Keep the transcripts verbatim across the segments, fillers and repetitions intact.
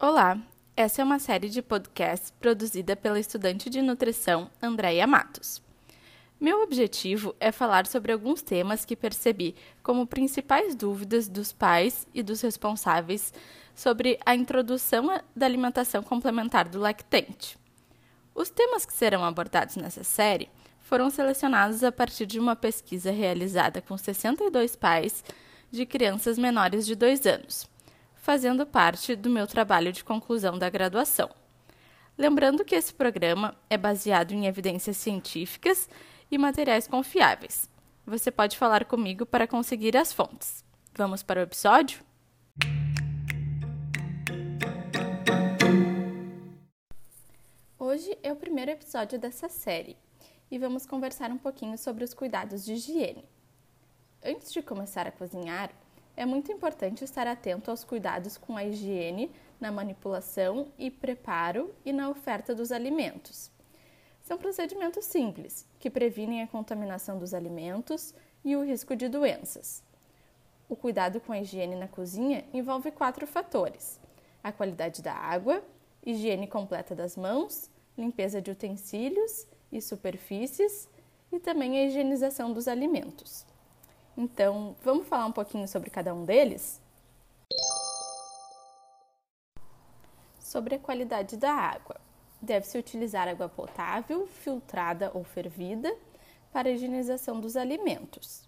Olá, essa é uma série de podcasts produzida pela estudante de nutrição Andréia Matos. Meu objetivo é falar sobre alguns temas que percebi como principais dúvidas dos pais e dos responsáveis sobre a introdução da alimentação complementar do lactente. Os temas que serão abordados nessa série foram selecionados a partir de uma pesquisa realizada com sessenta e dois pais de crianças menores de dois anos, fazendo parte do meu trabalho de conclusão da graduação. Lembrando que esse programa é baseado em evidências científicas e materiais confiáveis. Você pode falar comigo para conseguir as fontes. Vamos para o episódio? Hoje é o primeiro episódio dessa série e vamos conversar um pouquinho sobre os cuidados de higiene. Antes de começar a cozinhar, é muito importante estar atento aos cuidados com a higiene na manipulação e preparo e na oferta dos alimentos. São procedimentos simples, que previnem a contaminação dos alimentos e o risco de doenças. O cuidado com a higiene na cozinha envolve quatro fatores: a qualidade da água, higiene completa das mãos, limpeza de utensílios e superfícies e também a higienização dos alimentos. Então, vamos falar um pouquinho sobre cada um deles? Sobre a qualidade da água. Deve-se utilizar água potável, filtrada ou fervida para a higienização dos alimentos.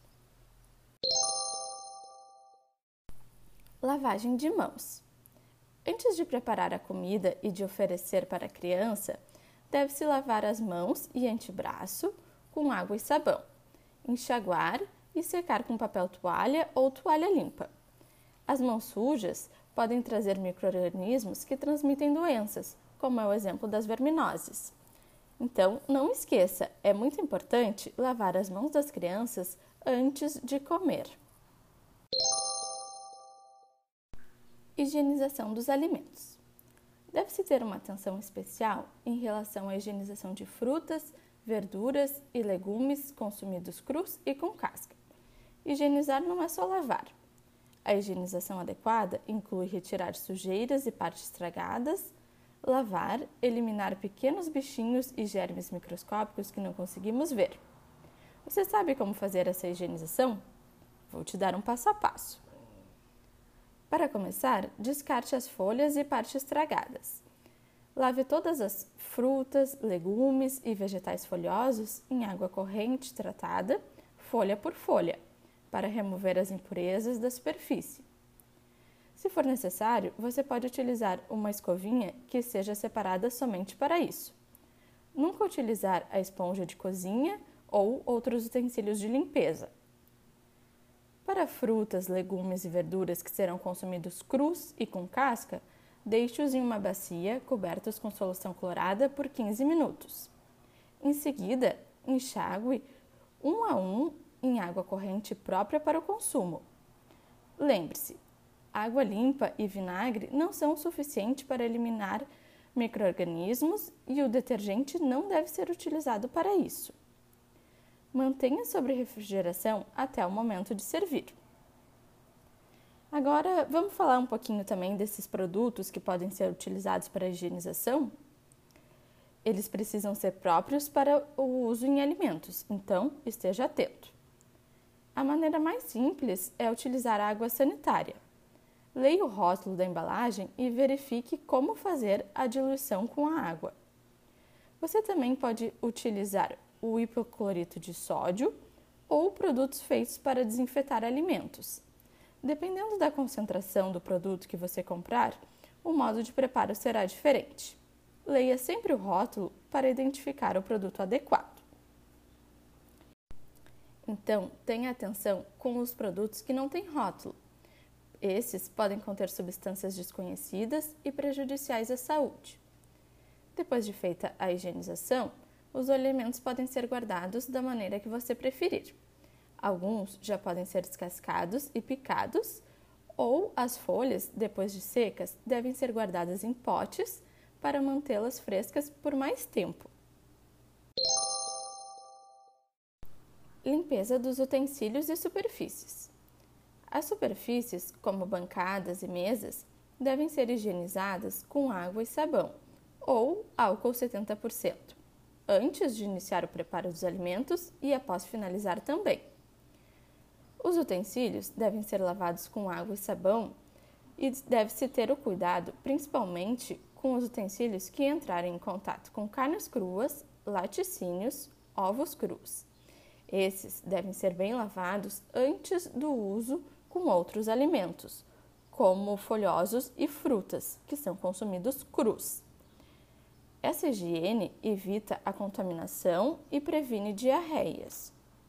Lavagem de mãos. Antes de preparar a comida e de oferecer para a criança, deve-se lavar as mãos e antebraço com água e sabão, enxaguar e secar com papel toalha ou toalha limpa. As mãos sujas podem trazer micro-organismos que transmitem doenças, como é o exemplo das verminoses. Então, não esqueça, é muito importante lavar as mãos das crianças antes de comer. Higienização dos alimentos. Deve-se ter uma atenção especial em relação à higienização de frutas, verduras e legumes consumidos crus e com casca. Higienizar não é só lavar. A higienização adequada inclui retirar sujeiras e partes estragadas, lavar, eliminar pequenos bichinhos e germes microscópicos que não conseguimos ver. Você sabe como fazer essa higienização? Vou te dar um passo a passo. Para começar, descarte as folhas e partes estragadas. Lave todas as frutas, legumes e vegetais folhosos em água corrente tratada, folha por folha, para remover as impurezas da superfície. Se for necessário, você pode utilizar uma escovinha que seja separada somente para isso. Nunca utilizar a esponja de cozinha ou outros utensílios de limpeza. Para frutas, legumes e verduras que serão consumidos crus e com casca, deixe-os em uma bacia cobertos com solução clorada por quinze minutos. Em seguida, enxague um a um em água corrente própria para o consumo. Lembre-se, água limpa e vinagre não são o suficiente para eliminar micro-organismos e o detergente não deve ser utilizado para isso. Mantenha sobre refrigeração até o momento de servir. Agora, vamos falar um pouquinho também desses produtos que podem ser utilizados para a higienização? Eles precisam ser próprios para o uso em alimentos, então esteja atento. A maneira mais simples é utilizar água sanitária. Leia o rótulo da embalagem e verifique como fazer a diluição com a água. Você também pode utilizar o hipoclorito de sódio ou produtos feitos para desinfetar alimentos. Dependendo da concentração do produto que você comprar, o modo de preparo será diferente. Leia sempre o rótulo para identificar o produto adequado. Então, tenha atenção com os produtos que não têm rótulo. Esses podem conter substâncias desconhecidas e prejudiciais à saúde. Depois de feita a higienização, os alimentos podem ser guardados da maneira que você preferir. Alguns já podem ser descascados e picados, ou as folhas, depois de secas, devem ser guardadas em potes para mantê-las frescas por mais tempo. Limpeza dos utensílios e superfícies. As superfícies, como bancadas e mesas, devem ser higienizadas com água e sabão, ou álcool setenta por cento, antes de iniciar o preparo dos alimentos e após finalizar também. Os utensílios devem ser lavados com água e sabão e deve-se ter o cuidado, principalmente com os utensílios que entrarem em contato com carnes cruas, laticínios, ovos crus. Esses devem ser bem lavados antes do uso com outros alimentos, como folhosos e frutas, que são consumidos crus. Essa higiene evita a contaminação e previne diarreias.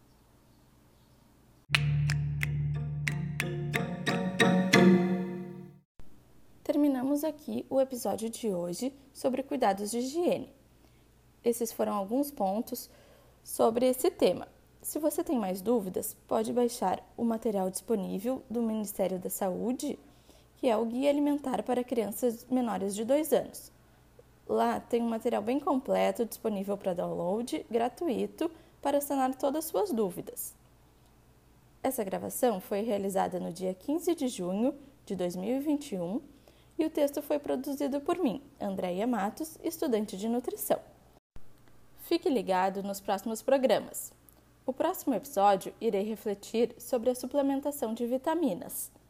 Terminamos aqui o episódio de hoje sobre cuidados de higiene. Esses foram alguns pontos sobre esse tema. Se você tem mais dúvidas, pode baixar o material disponível do Ministério da Saúde, que é o Guia Alimentar para Crianças Menores de dois anos. Lá tem um material bem completo disponível para download, gratuito, para sanar todas as suas dúvidas. Essa gravação foi realizada no dia quinze de junho de dois mil e vinte e um e o texto foi produzido por mim, Andréia Matos, estudante de nutrição. Fique ligado nos próximos programas. O próximo episódio irei refletir sobre a suplementação de vitaminas.